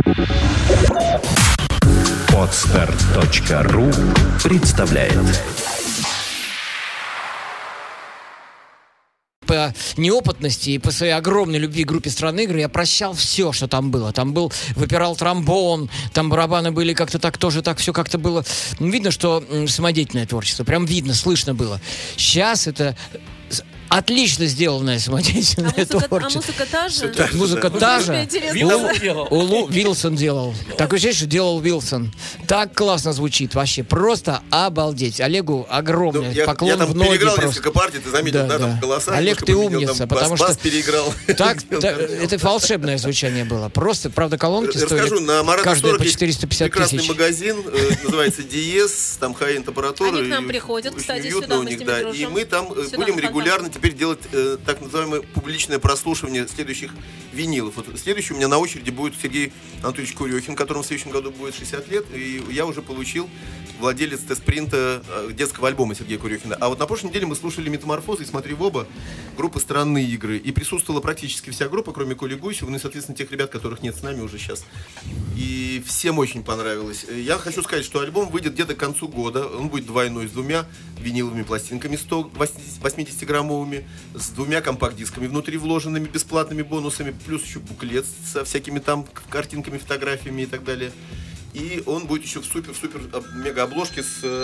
Podster.ru представляет. По неопытности и по своей огромной любви к группе «Странные игры» я прощал все, что там было. Там выпирал тромбон, там барабаны были как-то так, тоже так, все как-то было. Видно, что самодеятельное творчество. Прям видно, слышно было. Сейчас это отлично сделанное самодеятельное творчество. А музыка та же? Музыка та же. Вилсон делал. Такое ощущение, что делал Вилсон. Так классно звучит вообще. Просто обалдеть. Олегу огромный поклон в ноги. Я там переиграл несколько партий, ты заметил, да, там голоса. Олег, ты умница, потому что... Бас переиграл. Это волшебное звучание было. Просто, правда, колонки стоили каждая по 450 прекрасный тысяч. магазин, называется Диез, там хай-энд аппаратура. Они к нам приходят, кстати, уютно сюда у мы с них, ними да. дружим. И мы там будем регулярно теперь делать так называемое публичное прослушивание следующих винилов. Вот следующий у меня на очереди будет Сергей Анатольевич Курехин, которому в следующем году будет 60 лет, и я уже получил владелец тест-принта детского альбома Сергея Курехина. А вот на прошлой неделе мы слушали «Метаморфозы» и «Смотри в оба» группы «Странные игры». И присутствовала практически вся группа, кроме Коли Гусева, ну и, соответственно, тех ребят, которых нет с нами уже сейчас. И всем очень понравилось. Я хочу сказать, что альбом выйдет где-то к концу года. Он будет двойной, с двумя виниловыми пластинками 180-граммовыми, с двумя компакт-дисками внутри вложенными, бесплатными бонусами, плюс еще буклет со всякими там картинками, фотографиями и так далее. И он будет еще в супер-мега обложке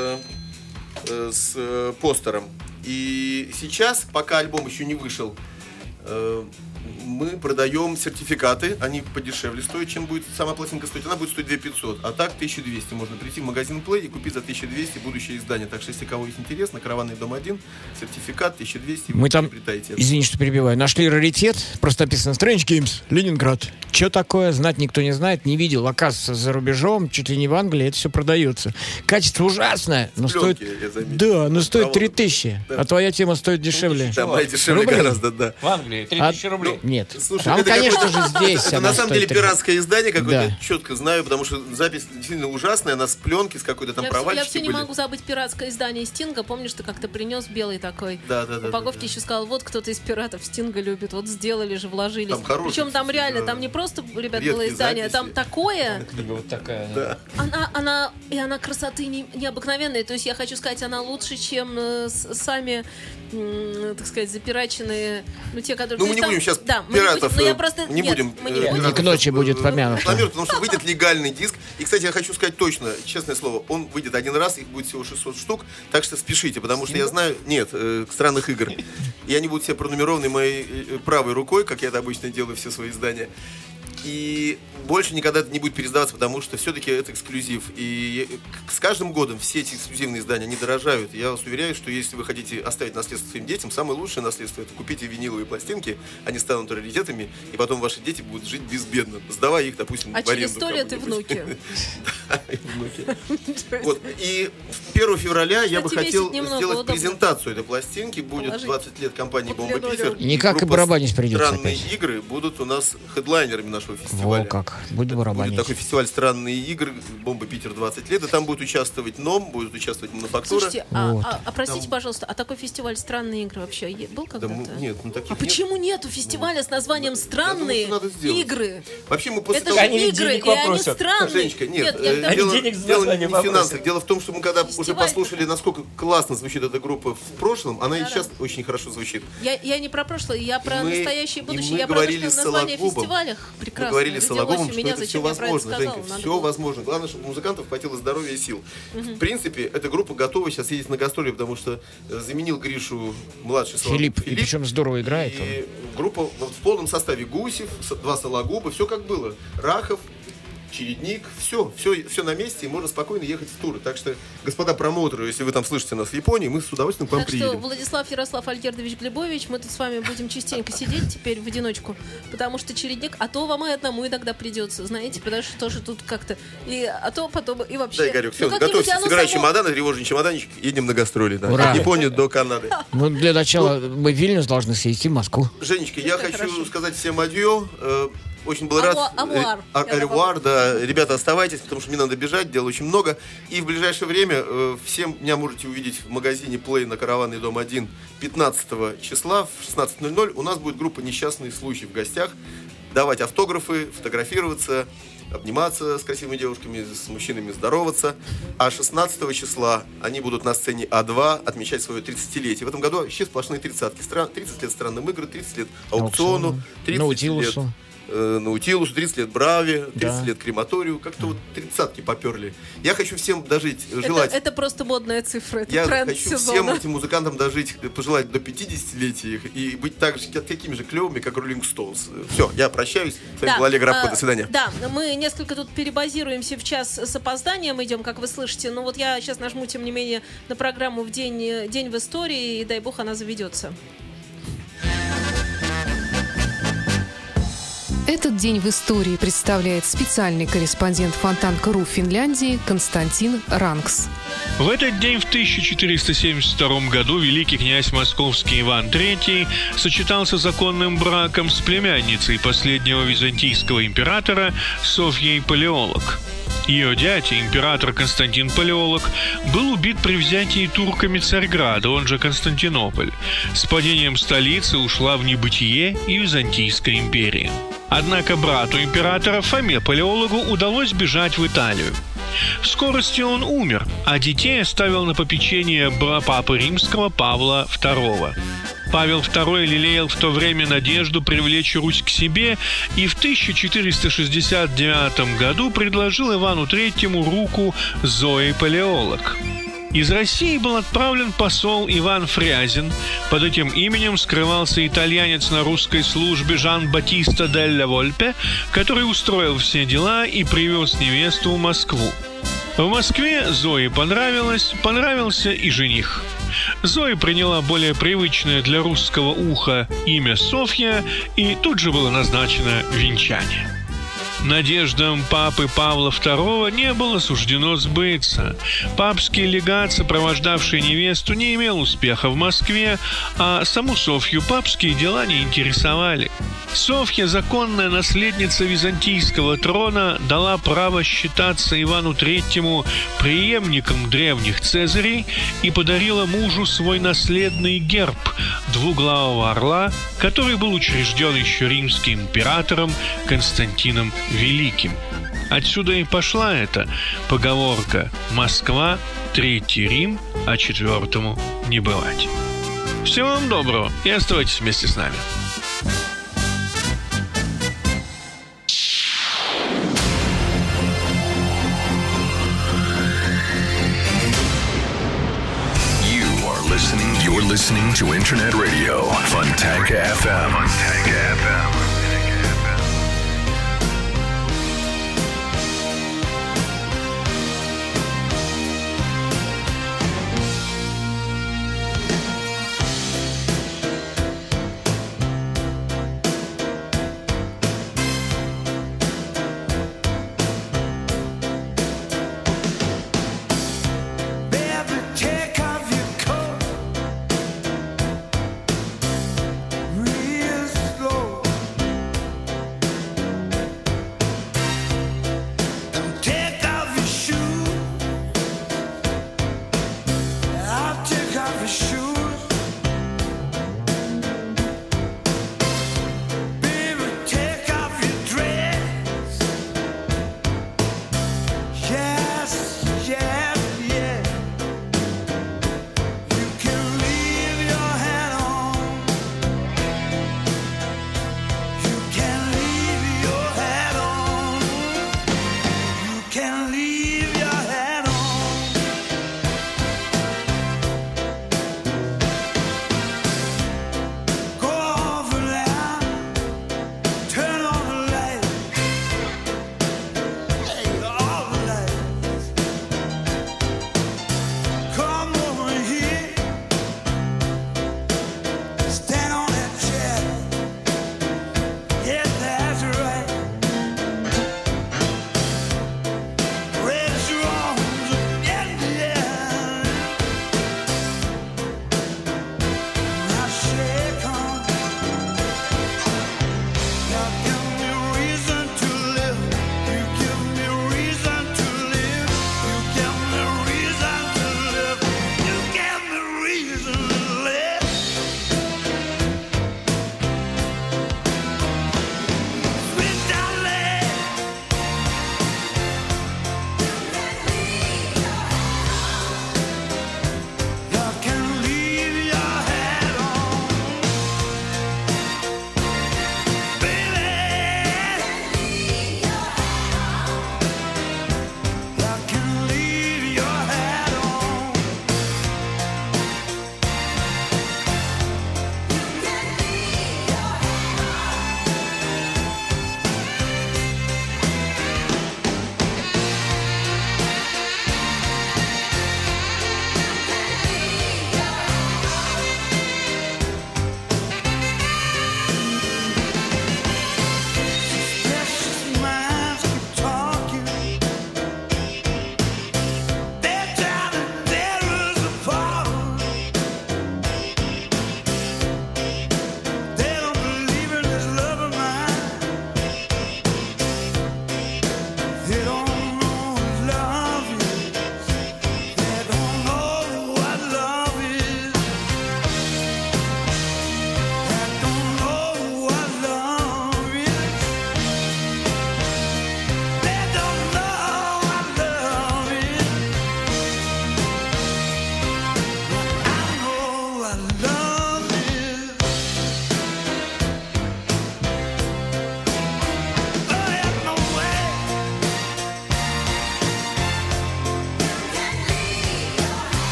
с постером. И сейчас, пока альбом еще не вышел, мы продаем сертификаты, они подешевле стоят, чем будет сама пластинка стоить. Она будет стоить 2500, а так 1200. Можно прийти в магазин Play и купить за 1200 будущее издание. Так что, если кого есть интересно, «Караванный дом 1», сертификат 1200, Мы там, приобретаете. извини, что перебиваю, нашли раритет, просто написано «Strange Games, Ленинград». Что такое, знать никто не знает, не видел. Оказывается, за рубежом, чуть ли не в Англии, это все продается. Качество ужасное, но Пленки, стоит... Да, но стоит 3000, да. А твоя тема стоит дешевле. Да, моя дешевле гораздо, да. В Англии 3000 рублей. Нет. Слушай, там, конечно же, здесь. Это на самом деле пиратское издание какое-то, да. четко знаю, потому что запись действительно ужасная, она с пленки, с какой-то там провальчики. Я все не были. могу забыть пиратское издание Стинга. Помнишь, ты как-то принес белый такой? Да. Упаковки еще сказал, вот кто-то из пиратов Стинга любит, вот сделали же, вложились. Там хороший, причем там реально, да. там не просто, ребят, Редкие было издание, записи. там такое. Книга вот такая. Да. Она красоты необыкновенная. То есть я хочу сказать, она лучше, чем сами, так сказать, запираченные, те, которые... Ну, мы не будем сейчас пиратов, не будем. Не к ночи будет помянуто. Потому что выйдет легальный диск. И, кстати, я хочу сказать точно, честное слово, он выйдет один раз, их будет всего 600 штук, так что спешите, потому что я знаю... Нет, «Странных игр». И они будут все пронумерованы моей правой рукой, как я это обычно делаю все свои издания. И больше никогда это не будет переиздаваться, потому что все-таки это эксклюзив. И с каждым годом все эти эксклюзивные издания, они дорожают. Я вас уверяю, что если вы хотите оставить наследство своим детям, самое лучшее наследство — это купите виниловые пластинки, они станут раритетами, и потом ваши дети будут жить безбедно, сдавая их, допустим, в аренду. А через 100 лет и внуки. Да, и внуки. И 1 февраля я бы хотел сделать презентацию этой пластинки. Будет 20 лет компании «Бомба Питер». И как и барабанить придется «Странные опять. игры» будут у нас хедлайнерами нашего фестиваля. Во как, буду барабанить. Будет такой фестиваль «Странные игры», «Бомба Питер» 20 лет, и там будет участвовать НОМ, будет участвовать «Мануфактура». Слушайте, простите, пожалуйста, а такой фестиваль «Странные игры» вообще был когда-то? Нет, таких нет. Почему нету фестиваля с названием «Странные игры»? Вообще мы после Это того... же игры, и они странные. Женечка, нет, я дело денег за не название в попросят. финансах. Дело в том, что мы когда уже послушали, насколько классно звучит эта группа в прошлом, она и сейчас очень хорошо звучит. Я не про прошлое, я про настоящее и будущее. Я про то, говорили что с название Сологубом. фестивалях прекрасное. Мы говорили с Сологубом, Родилось у меня, что это все зачем я про это возможно, сказала? Женька, Надо все было. возможно. Главное, чтобы у музыкантов хватило здоровья и сил. В принципе, эта группа готова сейчас ездить на гастроли, потому что заменил Гришу младший Филипп, и причем здорово играет. И группа в полном составе: Гусев, 2 Сологуба, все как было. Рахов, Чередник, все на месте, и можно спокойно ехать в туры. Так что, господа промоутеры, если вы там слышите нас в Японии, мы с удовольствием к вам Так приедем. что, Владислав Ярослав Альгердович Глебович, мы тут с вами будем частенько сидеть теперь в одиночку, потому что Чередник, а то вам и одному иногда придется, знаете, потому что тоже тут как-то, а то потом и вообще. Да, Игорек, все, готовься, собирай чемоданы, тревожный чемоданчик, едем на гастроли, да. Ура. От Японии до Канады. Ну, для начала мы в Вильнюс должны съездить и в Москву. Женечка, я хочу сказать всем адьё. Очень был рад. Авуар. Авуар, да. Ребята, оставайтесь, потому что мне надо бежать, дел очень много. И в ближайшее время всем меня можете увидеть в магазине Play на Караванный дом 1 15 числа в 16:00. У нас будет группа «Несчастные случаи» в гостях. Давать автографы, фотографироваться. обниматься с красивыми девушками, с мужчинами здороваться. А 16 числа они будут на сцене А2 отмечать свое 30-летие. В этом году вообще сплошные 30-ки. 30 лет странным играм, 30 лет аукциону, 30 лет Наутилусу, 30 лет Брави, 30 лет Крематорию. Как-то вот 30-ки поперли. Я хочу всем дожить, желать... Это просто модная цифра, это Я тренд хочу сезона. всем этим музыкантам дожить, пожелать до 50-летия их и быть такими же клевыми, как Rolling Stones. Все, я прощаюсь. С вами был Олег Рабко. До свидания. Да, мы несколько тут перебазируемся в час с опозданием, идем, как вы слышите. Но вот я сейчас нажму, тем не менее, на программу в день в истории, и дай бог она заведется. Этот день в истории представляет специальный корреспондент Фонтанка.ру Финляндии Константин Ранкс. В этот день в 1472 году великий князь московский Иван III сочетался законным браком с племянницей последнего византийского императора Софьей Палеолог. Ее дядя, император Константин Палеолог, был убит при взятии турками Царьграда, он же Константинополь. С падением столицы ушла в небытие и Византийская империя. Однако брату императора Фоме Палеологу удалось бежать в Италию. В скорости он умер, а детей оставил на попечение папы римского Павла II. Павел II лелеял в то время надежду привлечь Русь к себе и в 1469 году предложил Ивану III руку Зои Палеолог. Из России был отправлен посол Иван Фрязин. Под этим именем скрывался итальянец на русской службе Жан-Батиста делла Вольпе, который устроил все дела и привез невесту в Москву. В Москве Зое понравился и жених. Зоя приняла более привычное для русского уха имя Софья, и тут же было назначено венчание. Надеждам папы Павла II не было суждено сбыться. Папский легат, сопровождавший невесту, не имел успеха в Москве, а саму Софью папские дела не интересовали. Софья, законная наследница византийского трона, дала право считаться Ивану III преемником древних цезарей и подарила мужу свой наследный герб – двуглавого орла, который был учрежден еще римским императором Константином Великим. Отсюда и пошла эта поговорка «Москва, Третий Рим, а четвертому не бывать». Всего вам доброго и оставайтесь вместе с нами. You're listening to Internet Radio, Fontanka FM. Fontanka FM. Real slow.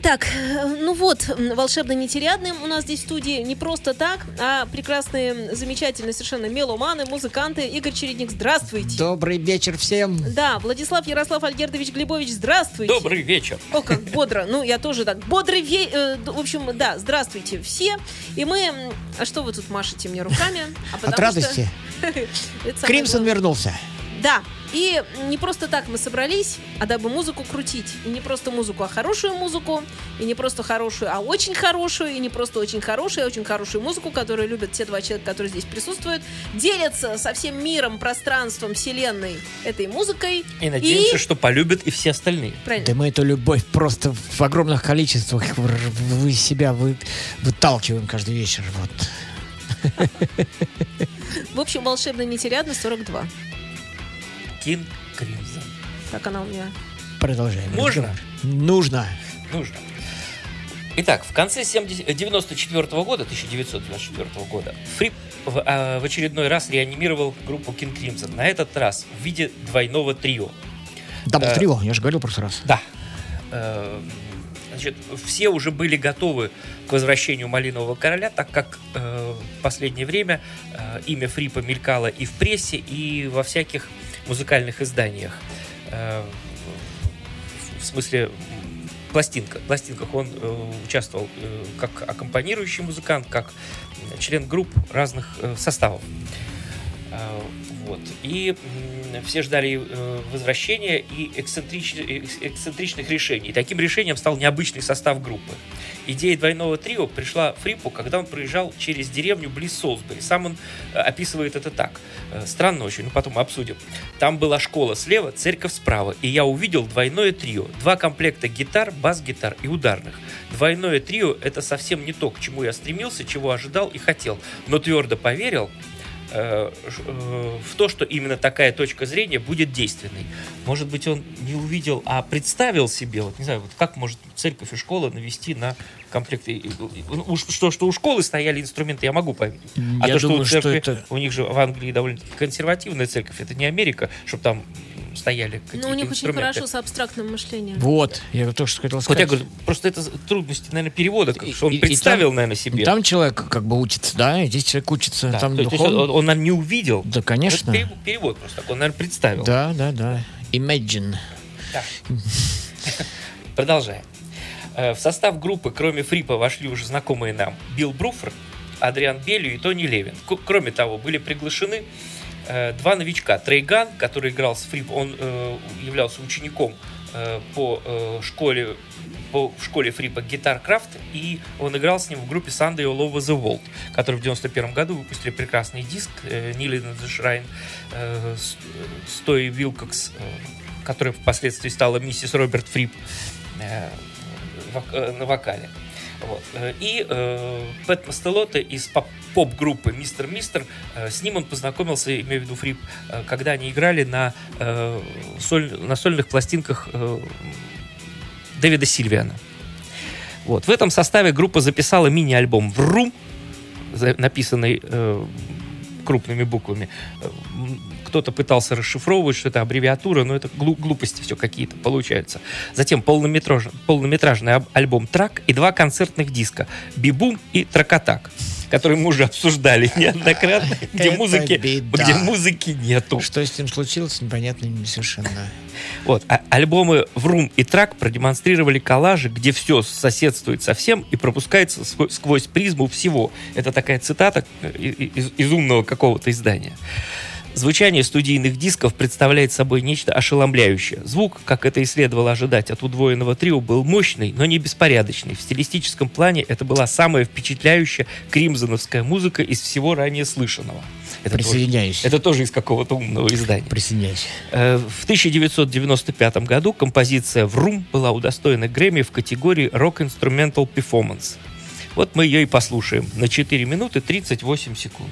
Так, ну вот, волшебно-нетерядные у нас здесь в студии не просто так, а прекрасные, замечательные совершенно меломаны, музыканты. Игорь Чередник, здравствуйте. Добрый вечер всем. Да, Владислав Ярослав Альгердович Глебович, здравствуйте. Добрый вечер. О, как бодро. Ну, я тоже так. Бодрый в общем, да, здравствуйте все. И мы... А что вы тут машете мне руками? От радости. Кримсон вернулся. Да, и не просто так мы собрались, а дабы музыку крутить. И не просто музыку, а хорошую музыку. И не просто хорошую, а очень хорошую. И не просто очень хорошую, а очень хорошую музыку, которую любят те два человека, которые здесь присутствуют. Делятся со всем миром, пространством, вселенной этой музыкой. И надеемся, что полюбят и все остальные. Правильно. Да мы эту любовь просто в огромных количествах вы себя выталкиваем каждый вечер. Вот. В общем, волшебно-нетерядно 42. Кинг Кримсон. Так она у меня. Продолжаем. Можно? Нужно. Нужно. Итак, в конце 1994 года Фрип в очередной раз реанимировал группу Кинг Кримсон. На этот раз в виде двойного трио. Дабл-трио, я же говорил в прошлый раз. Да. Значит, все уже были готовы к возвращению Малинового короля, так как в последнее время имя Фрипа мелькало и в прессе, и во всяких музыкальных изданиях. В смысле, в пластинках он участвовал как аккомпанирующий музыкант, как член групп разных составов. Вот. И все ждали возвращения и эксцентричных решений. И таким решением стал необычный состав группы. Идея двойного трио пришла Фрипу, когда он проезжал через деревню близ Солсбери. Сам он описывает это так. Странно очень, но потом обсудим. Там была школа слева, церковь справа. И я увидел двойное трио. 2 комплекта гитар, бас-гитар и ударных. Двойное трио — это совсем не то, к чему я стремился, чего ожидал и хотел. Но твердо поверил в то, что именно такая точка зрения будет действенной. Может быть, он не увидел, а представил себе, вот не знаю, вот как может церковь и школа навести на комплекты. Что у школы стояли инструменты, я могу поверить. А Я то, думаю, что у церкви, что это... у них же в Англии довольно консервативная церковь, это не Америка, чтобы там стояли какие-то Ну, у них инструменты. очень хорошо с абстрактным мышлением. Вот, я тоже хотел Вот сказать. я говорю, просто это трудности, наверное, перевода, что он И представил, там, наверное, себе. Там человек как бы учится, да, и здесь человек учится. Да, Там то есть духовно. он, наверное, не увидел. Да, конечно. Это перевод просто так, он, наверное, представил. Да. Imagine. Да. Продолжаем. В состав группы, кроме Фрипа, вошли уже знакомые нам Билл Бруфорд, Адриан Белью и Тони Левин. Кроме того, были приглашены 2 новичка. Трей Ганн, который играл с Фрипом, он являлся учеником в школе Фрипа Guitar Craft, и он играл с ним в группе Sunday All Over the World, которые в 91 году выпустили прекрасный диск Kneeling in the Shrine с Той Вилкокс, которая впоследствии стала миссис Роберт Фрип на вокале. Вот. И Пэт Мастелотто из поп-группы Мистер, с ним он познакомился, имею в виду Фрип, когда они играли на сольных пластинках Дэвида Сильвиана. Вот. В этом составе группа записала мини-альбом «Vroom», написанный крупными буквами. Кто-то пытался расшифровывать, что это аббревиатура, но это глупости все какие-то получаются. Затем полнометражный альбом «Трак» и 2 концертных диска «Бибум» и «Тракатак», которые мы уже обсуждали неоднократно, где музыки нету. Что с ним случилось, непонятно совершенно. Вот. А альбомы «Vroom» и «Трак» продемонстрировали коллажи, где все соседствует со всем и пропускается сквозь призму всего. Это такая цитата из умного какого-то издания. Звучание студийных дисков представляет собой нечто ошеломляющее. Звук, как это и следовало ожидать от удвоенного трио, был мощный, но не беспорядочный. В стилистическом плане это была самая впечатляющая кримзоновская музыка из всего ранее слышанного. Присоединяюсь. Это тоже из какого-то умного издания. Присоединяюсь. В 1995 году композиция «Vroom» была удостоена Грэмми в категории «Rock Instrumental Performance». Вот мы ее и послушаем на 4 минуты 38 секунд.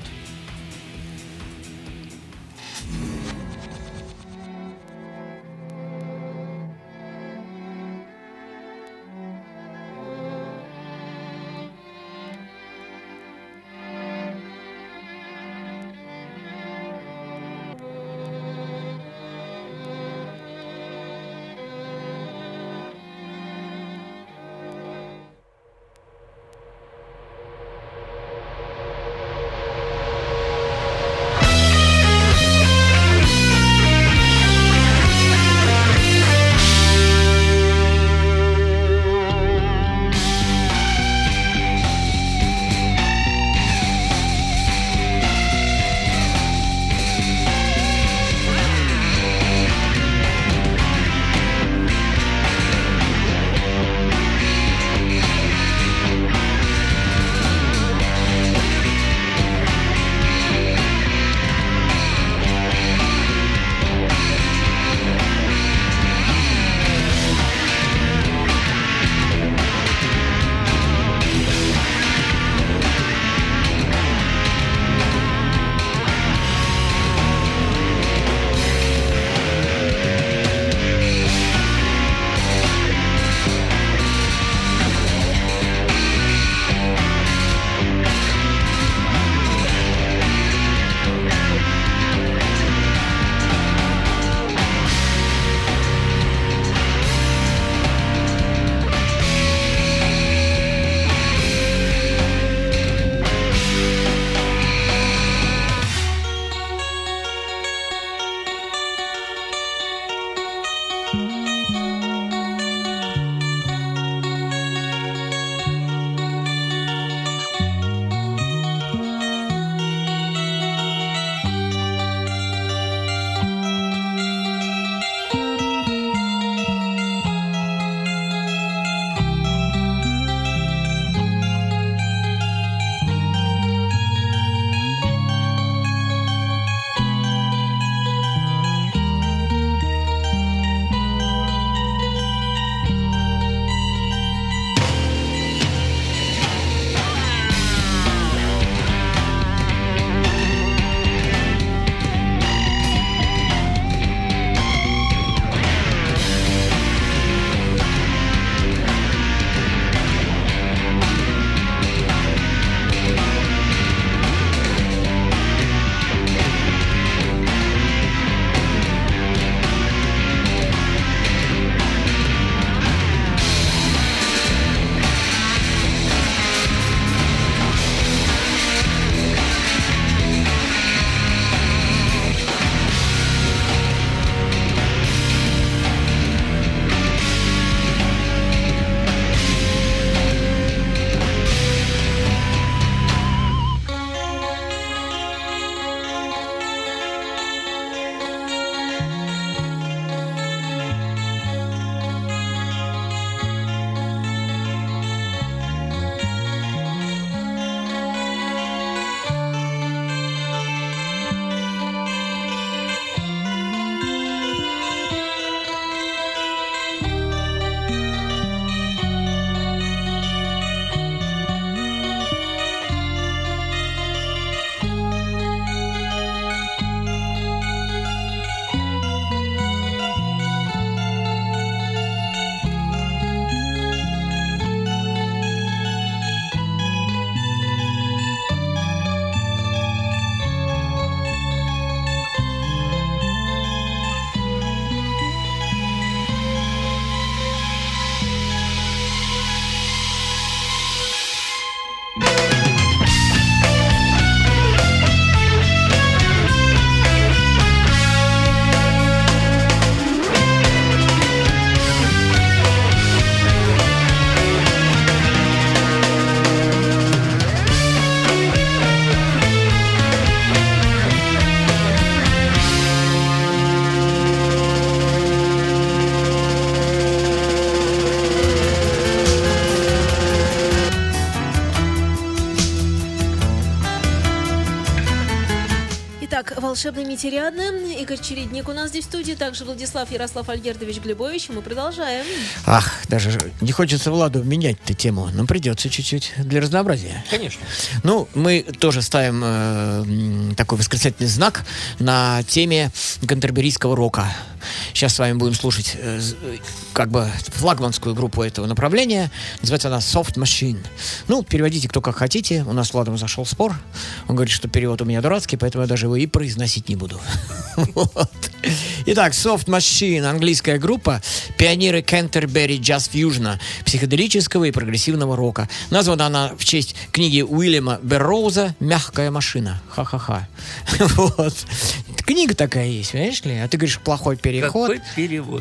Итак, волшебный Митериадны, Игорь Чередник у нас здесь в студии, также Владислав Ярослав Альгердович Глебович. Мы продолжаем. Ах, даже не хочется Владу менять-то тему, но придется чуть-чуть для разнообразия. Конечно. Ну, мы тоже ставим такой восклицательный знак на теме кантерберийского рока. Сейчас с вами будем слушать как бы флагманскую группу этого направления. Называется она Soft Machine. Ну, переводите кто как хотите. У нас с Владом зашел спор. Он говорит, что перевод у меня дурацкий, поэтому я даже его и произносить не буду. Вот. Итак, Soft Machine, английская группа, пионеры Canterbury Jazz Fusion, психоделического и прогрессивного рока. Названа она в честь книги Уильяма Берроуза «Мягкая машина». Ха-ха-ха. Вот. Книга такая есть, понимаешь ли? А ты говоришь, плохой переход. Какой перевод?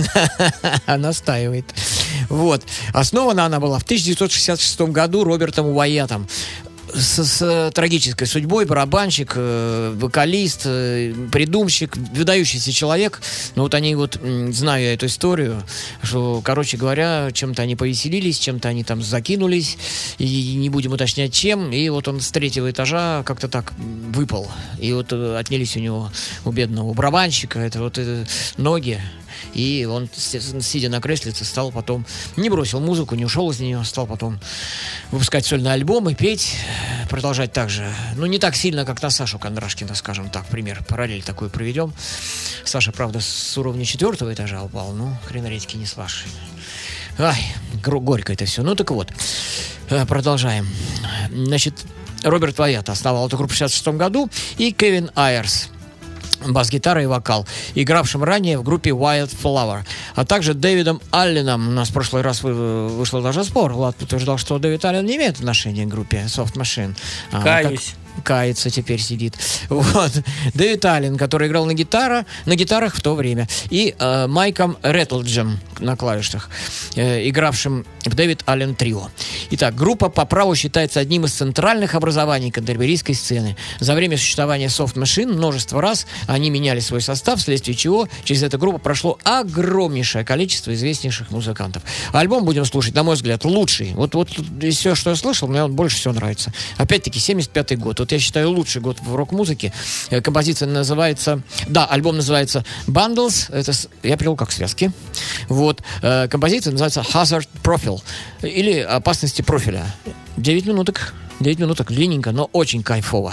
Настаивает. Вот. Основана она была в 1966 году Робертом Уайятом. С трагической судьбой, барабанщик, вокалист, придумщик, выдающийся человек. Но вот они вот, знаю я эту историю, что, короче говоря, чем-то они повеселились, чем-то они там закинулись, и не будем уточнять чем, и вот он с 3-го этажа как-то так выпал. И вот отнялись у него, у бедного барабанщика, это вот ноги. И он, сидя на креслице, стал потом... Не бросил музыку, не ушел из нее, стал потом выпускать сольные альбомы, петь, продолжать так же. Ну, не так сильно, как на Сашу Кондрашкина, скажем так, пример, параллель такую проведем. Саша, правда, с уровня 4-го этажа упал, ну, хрена редьки не слашь. Ай, горько это все. Ну, так вот, продолжаем. Значит, Роберт Уайятт основал эту группу в 1966 году, и Кевин Айерс, бас-гитара и вокал, игравшим ранее в группе Wildflower, а также Дэвидом Алленом. У нас в прошлый раз вышел даже спор. Влад утверждал, что Дэвид Аллен не имеет отношения к группе Soft Machine. Каюсь. Кается теперь сидит. Вот. Дэвид Аллен, который играл на гитарах в то время. И Майком Рэтлджем на клавишах, игравшим в Дэвид Аллен Трио. Итак, группа по праву считается одним из центральных образований кантерберийской сцены. За время существования Soft Machine множество раз они меняли свой состав, вследствие чего через эту группу прошло огромнейшее количество известнейших музыкантов. Альбом будем слушать, на мой взгляд, лучший. Вот из всего, что я слышал, мне он больше всего нравится. Опять-таки, 75-й год. Вот я считаю, лучший год в рок-музыке. Композиция называется... Да, альбом называется Bundles. Это я перевел как связки. Вот. Композиция называется Hazard Profile. Или опасности профиля. 9 минуток. 9 минуток. Длинненько, но очень кайфово.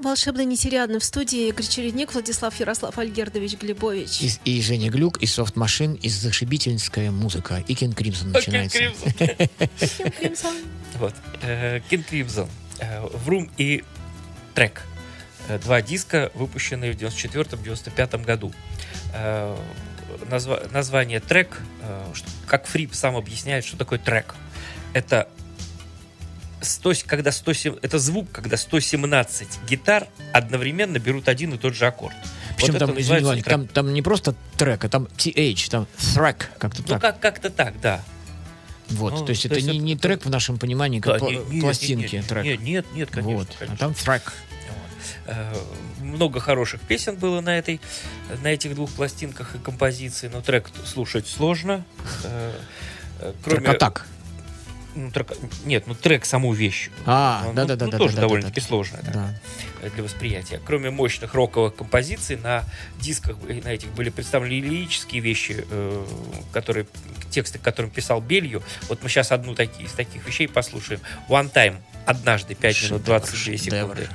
волшебно нетериадно в студии Игорь Чередник, Владислав Ярослав Альгердович Глебович. И Женя Глюк, и Софт Машин, и зашибительская музыка. И Кинг Кримсон начинается. Кинг Кримсон. Вот. Кинг Кримсон. Vroom и Трек. 2 диска, выпущенные в 94-95 году. Название трек, как Фрип сам объясняет, что такое трек. Это это звук, когда 117 гитар одновременно берут один и тот же аккорд. Причем вот там, извини, Ваня, там не просто трек, а там TH, там track, как-то так. Ну, как-то так, да. Вот, Ну, то есть это не трек в нашем понимании, как пластинки трек. Нет, конечно. Вот, а там трек. Много хороших песен было на этих 2 пластинках и композиций, но трек слушать сложно. Трек-атак. Трек саму вещь. Да. Тоже довольно-таки сложно да. Для восприятия. Кроме мощных роковых композиций, на дисках на этих были представлены лирические вещи, тексты, которым писал Белью. Вот мы сейчас одну из таких вещей послушаем. One Time. Однажды, 5 минут 22 секунды.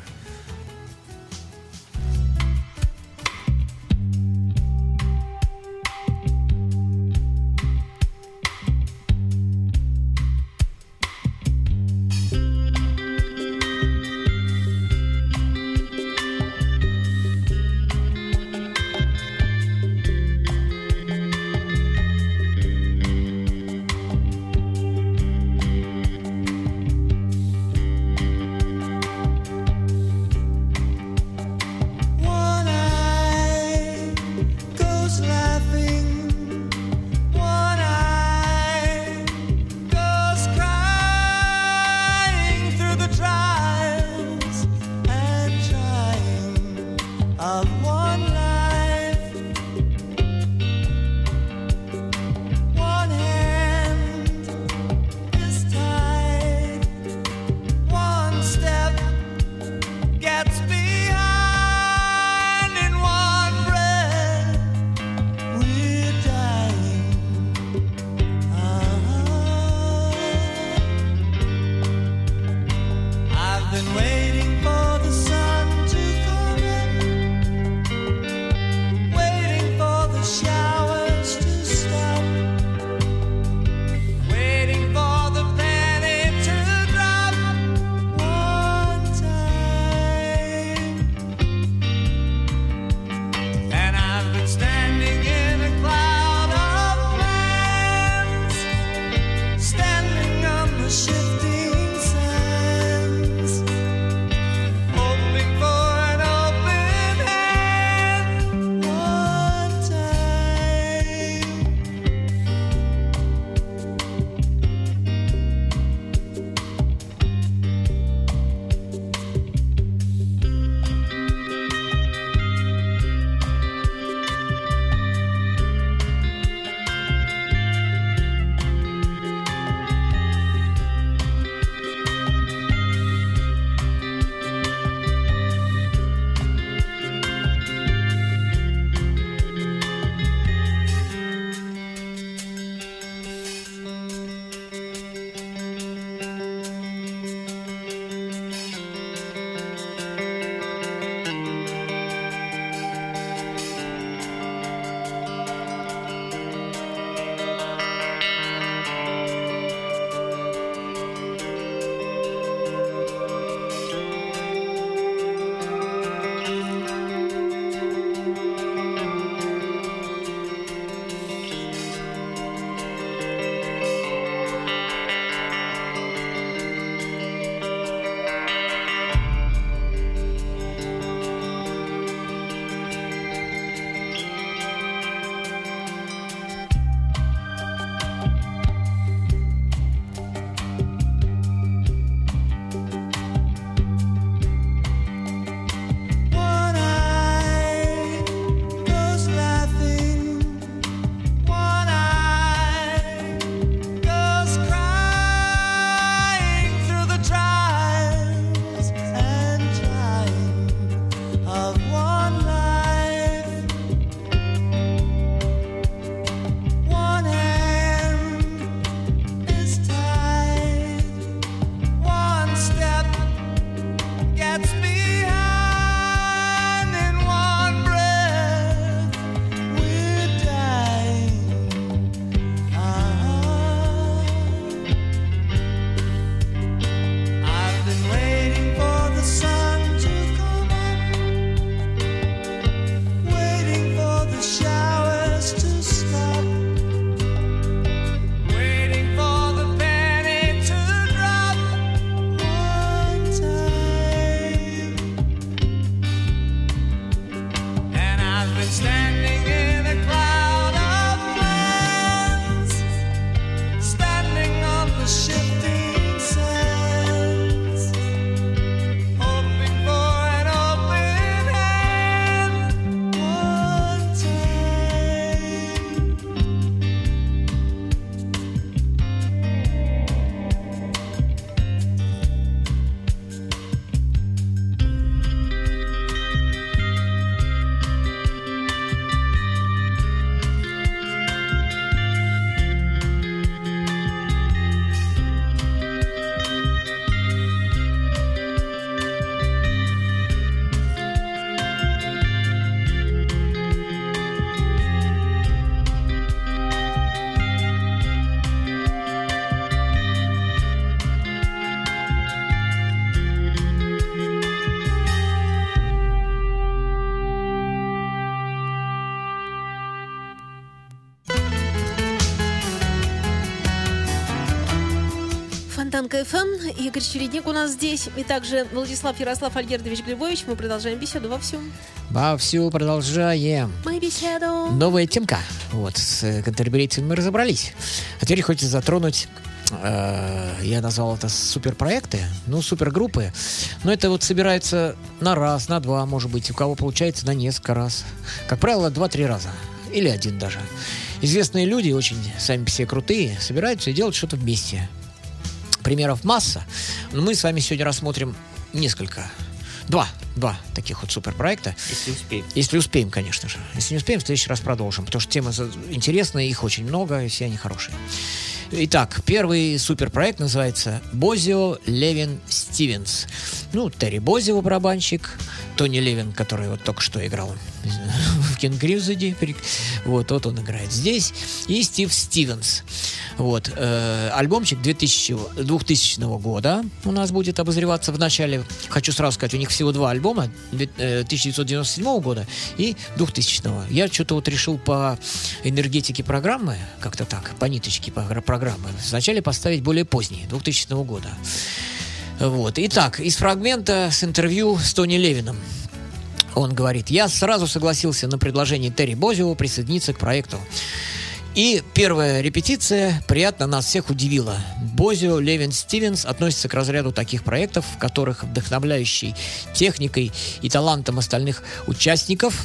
Фонтанка ФМ. Игорь Чередник у нас здесь. И также Владислав Ярослав Альгердович Глебович. Мы продолжаем беседу вовсю. Вовсю продолжаем. Мы беседу. Новая темка. Вот, с контраберийцами мы разобрались. А теперь хочется затронуть, я назвал это суперпроекты, супергруппы. Но это вот собирается на раз, на два, может быть. У кого получается на несколько раз. Как правило, 2-3 раза. Или один даже. Известные люди, очень сами по себе крутые, собираются и делают что-то вместе. Примеров масса. Но мы с вами сегодня рассмотрим несколько. Два таких вот суперпроекта. Если успеем. Если успеем, конечно же. Если не успеем, в следующий раз продолжим. Потому что тема интересная, их очень много, и все они хорошие. Итак, первый суперпроект называется Бозио Левин Стивенс. Терри Бозио, барабанщик, Тони Левин, который вот только что играл в Кинг Кримзоне, вот он играет здесь, и Стив Стивенс. Вот, альбомчик 2000 года у нас будет обозреваться в начале. Хочу сразу сказать, у них всего 2 альбома, 1997 года и 2000-го. Я что-то вот решил по энергетике программы, как-то так, по ниточке программы, вначале поставить более поздние, 2000 года. Вот. Итак, из фрагмента с интервью с Тони Левином. Он говорит: «Я сразу согласился на предложение Терри Бозио присоединиться к проекту. И первая репетиция приятно нас всех удивила. Бозио Левин Стивенс относится к разряду таких проектов, в которых вдохновляющей техникой и талантом остальных участников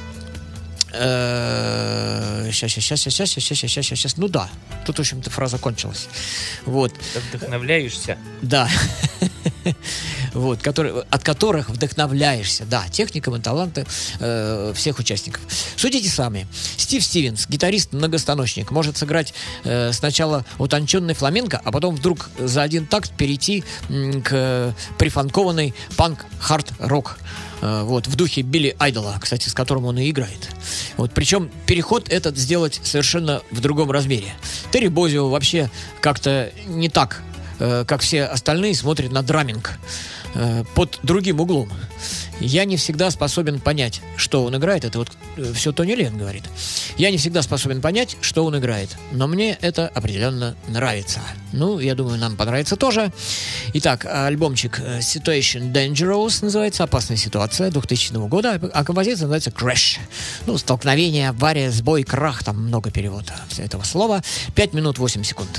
сейчас. Тут, в общем-то, фраза кончилась. Вот. Вдохновляешься? Да. Вот, от которых вдохновляешься. Да, техникам и таланты всех участников. Судите сами. Стив Стивенс, гитарист-многостаночник, может сыграть сначала утонченный фламенко, а потом вдруг за один такт перейти к прифанкованной панк-хард-рок. Вот, в духе Билли Айдола, кстати, с которым он и играет. Вот, причем переход этот сделать совершенно в другом размере. Терри Бозио вообще как-то не так, как все остальные, смотрит на драминг под другим углом. Я не всегда способен понять, что он играет. Это вот все Тони Левин говорит. Я не всегда способен понять, что он играет. Но мне это определенно нравится. Я думаю, нам понравится тоже. Итак, альбомчик Situation Dangerous называется, «Опасная ситуация», 2000 года. А композиция называется Crash. Столкновение, авария, сбой, крах. Там много перевода этого слова. 5 минут 8 секунд.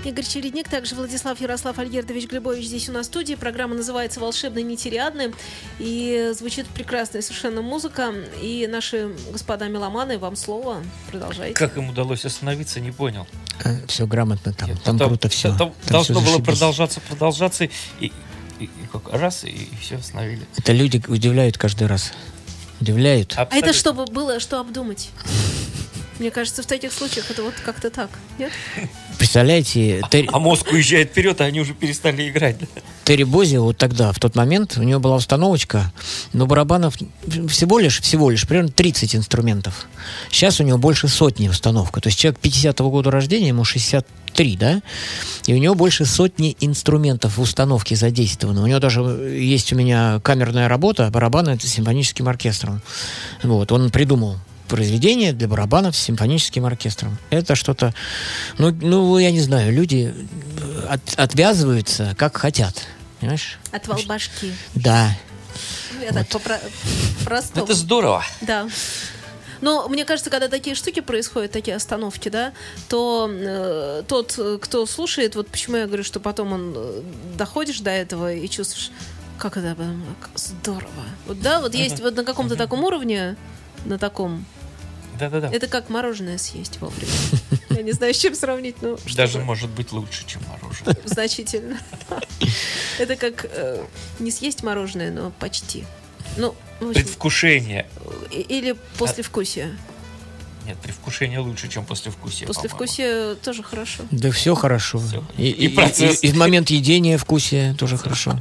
Игорь Чередник, также Владислав Ярослав Альгердович Глебович здесь у нас в студии. Программа называется «Волшебные нити Риадны». И звучит прекрасная совершенно музыка. И наши господа меломаны, вам слово. Продолжайте. Как им удалось остановиться, не понял. Все грамотно там. Там круто все. Там должно было продолжаться. И как раз, и все остановили. Это люди удивляют каждый раз. Удивляют. А это чтобы было что обдумать? Мне кажется, в таких случаях это вот как-то так, нет? Представляете, А мозг уезжает вперед, а они уже перестали играть. Да? Терри Бози вот тогда, в тот момент, у него была установочка, но барабанов всего лишь примерно 30 инструментов. Сейчас у него больше сотни установка. То есть человек 50-го года рождения, ему 63, да? И у него больше сотни инструментов в установке задействовано. У него даже есть у меня камерная работа, барабаны с симфоническим оркестром. Вот, он придумал произведение для барабанов с симфоническим оркестром. Это что-то... Ну, я не знаю, люди отвязываются, как хотят. Понимаешь? Отвал башки. Да. Я так по-простому. Это здорово. Да. Но мне кажется, когда такие штуки происходят, такие остановки, да, то тот, кто слушает, вот почему я говорю, что потом доходишь до этого и чувствуешь, как это здорово. Вот, да, вот есть вот на каком-то таком уровне, на таком. Да-да-да. Это как мороженое съесть вовремя. Я не знаю, с чем сравнить, но... Даже может быть лучше, чем мороженое. Значительно. Это как не съесть мороженое, но почти. Ну, предвкушение. Или послевкусие. Нет, предвкушение лучше, чем послевкусие. Послевкусие тоже хорошо. Да все хорошо. И процесс. И момент едения вкусия тоже хорошо.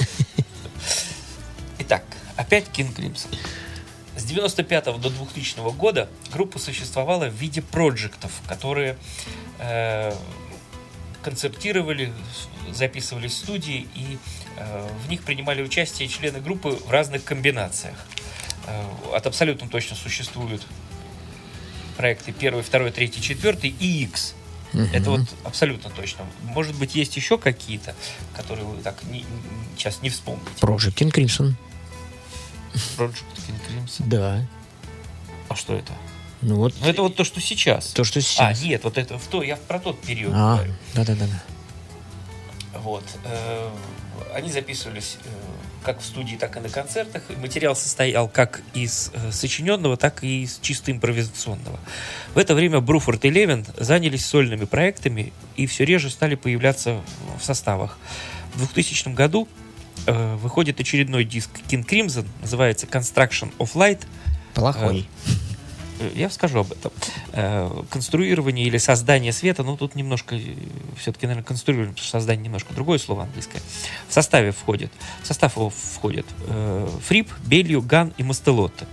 Итак, опять King Crimson. С 95 до 2000 года группа существовала в виде проектов, которые концептировали, записывались в студии, и в них принимали участие члены группы в разных комбинациях. От абсолютно точно существуют проекты 1, 2, 3, 4 и X. Это вот абсолютно точно. Может быть, есть еще какие-то, которые вы так сейчас не вспомните. Project King Crimson. Project King Crimson? Да. А что это? Ну, вот это вот то, что сейчас. То, что сейчас. А, нет, вот это я про тот период говорю. Да. Вот. Они записывались как в студии, так и на концертах. Материал состоял как из сочиненного, так и из чисто импровизационного. В это время Бруфорд и Левин занялись сольными проектами и все реже стали появляться в составах. В 2000 году выходит очередной диск King Crimson, называется Construction of Light. Плохой. Я скажу об этом. Конструирование или создание света, ну, тут немножко, все-таки, наверное, конструирование, потому что создание немножко другое слово английское. В состав его входит Фрип, Белью, Ган и Мастелотто.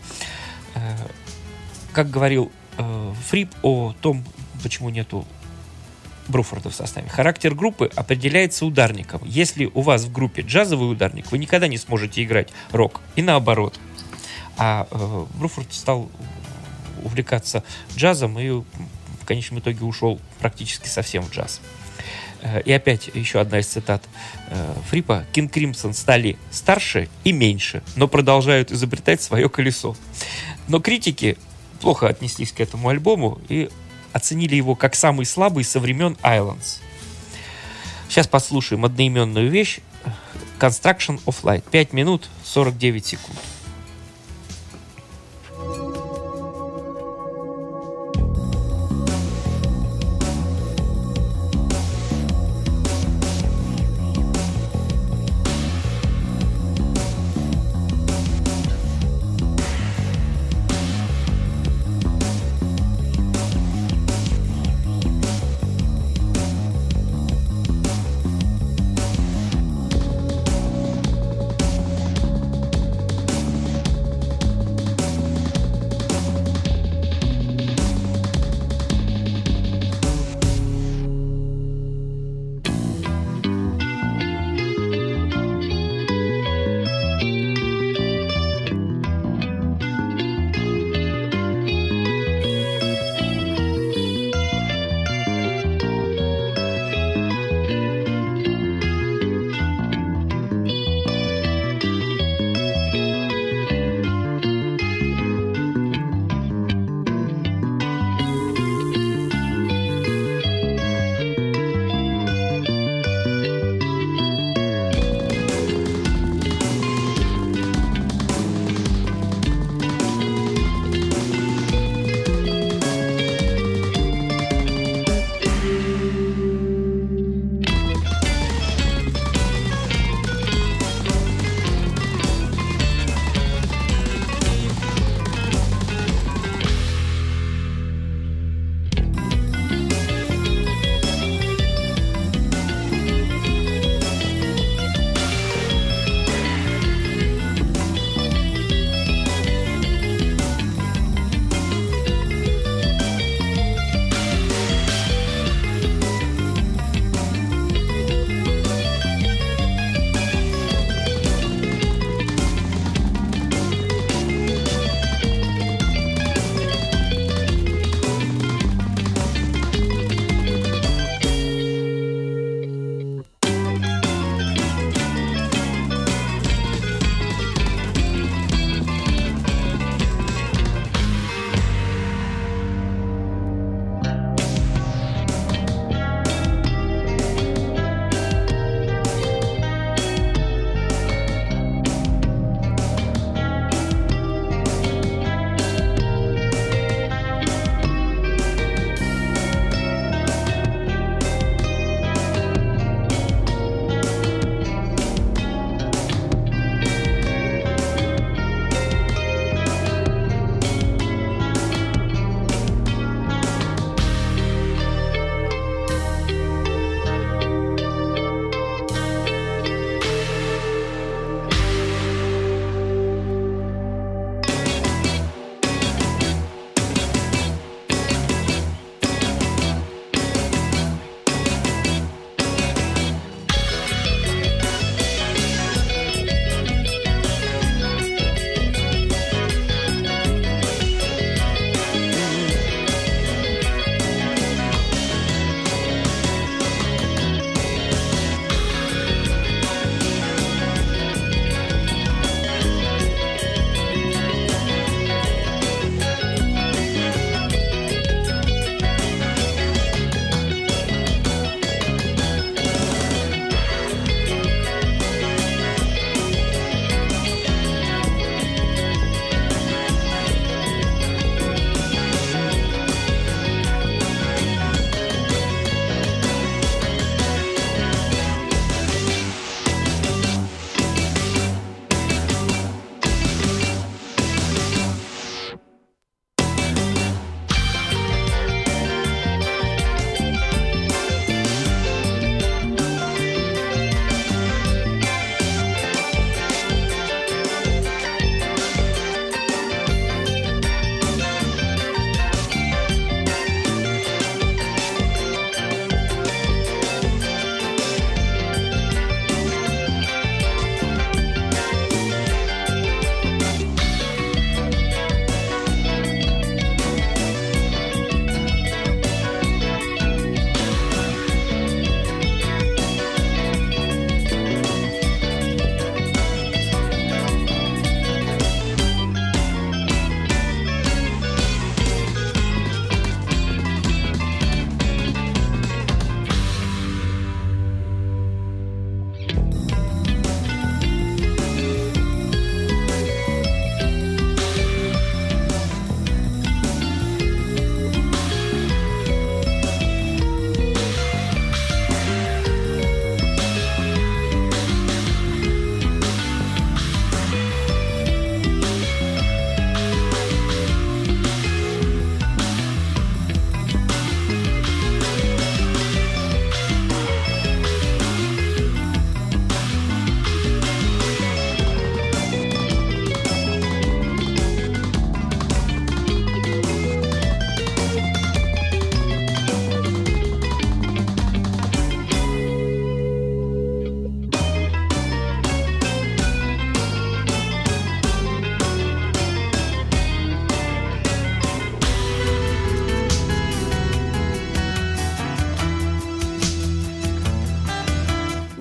Как говорил Фрип о том, почему нету Бруфорда в составе. Характер группы определяется ударником. Если у вас в группе джазовый ударник, вы никогда не сможете играть рок. И наоборот. А Бруфорд стал увлекаться джазом и в конечном итоге ушел практически совсем в джаз. И опять еще одна из цитат Фрипа. King Crimson стали старше и меньше, но продолжают изобретать свое колесо. Но критики плохо отнеслись к этому альбому и оценили его как самый слабый со времен Islands. Сейчас послушаем одноименную вещь Construction of Light. 5 минут 49 секунд.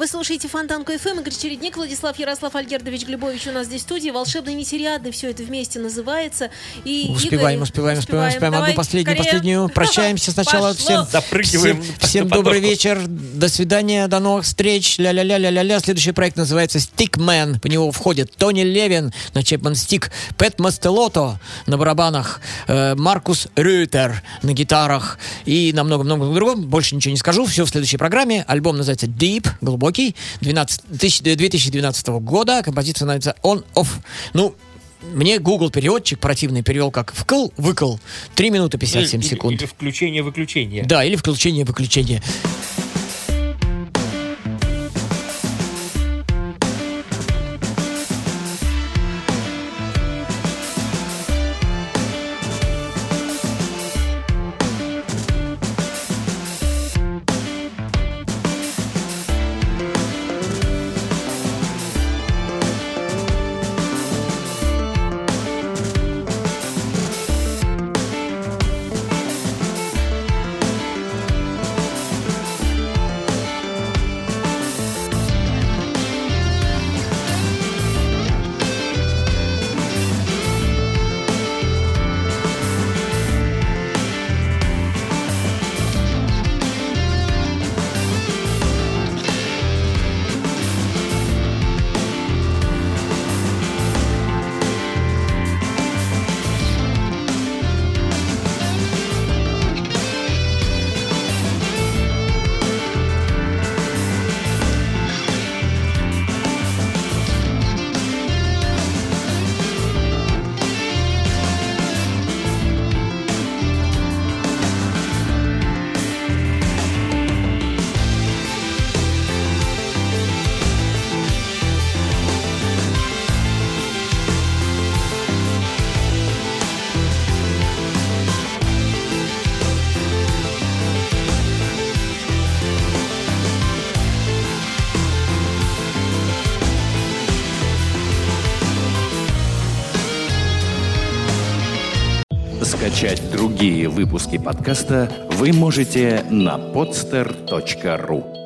Вы слушаете Фонтанку ФМ. Игорь Чередник, Владислав Ярослав Альгердович Глебович у нас здесь в студии. Волшебный нетериадный, все это вместе называется. И Успеваем. Давай, одну последнюю. Прощаемся сначала. Всем добрый вечер. До свидания, до новых встреч. Ля-ля-ля-ля-ля-ля. Следующий проект называется Stickman. В него входит Тони Левин на Чепмен Стик, Пэт Мастелото на барабанах, Маркус Рютер на гитарах и на много-много другом. Больше ничего не скажу. Все в следующей программе. Альбом называется Deep, глубокий, 2012 года. Композиция называется On Off. Ну, мне Google переводчик противный перевел как вкл-выкл. 3 минуты 57 секунд. Или включение-выключение. Да, или включение-выключение. Скачать другие выпуски подкаста вы можете на podster.ru.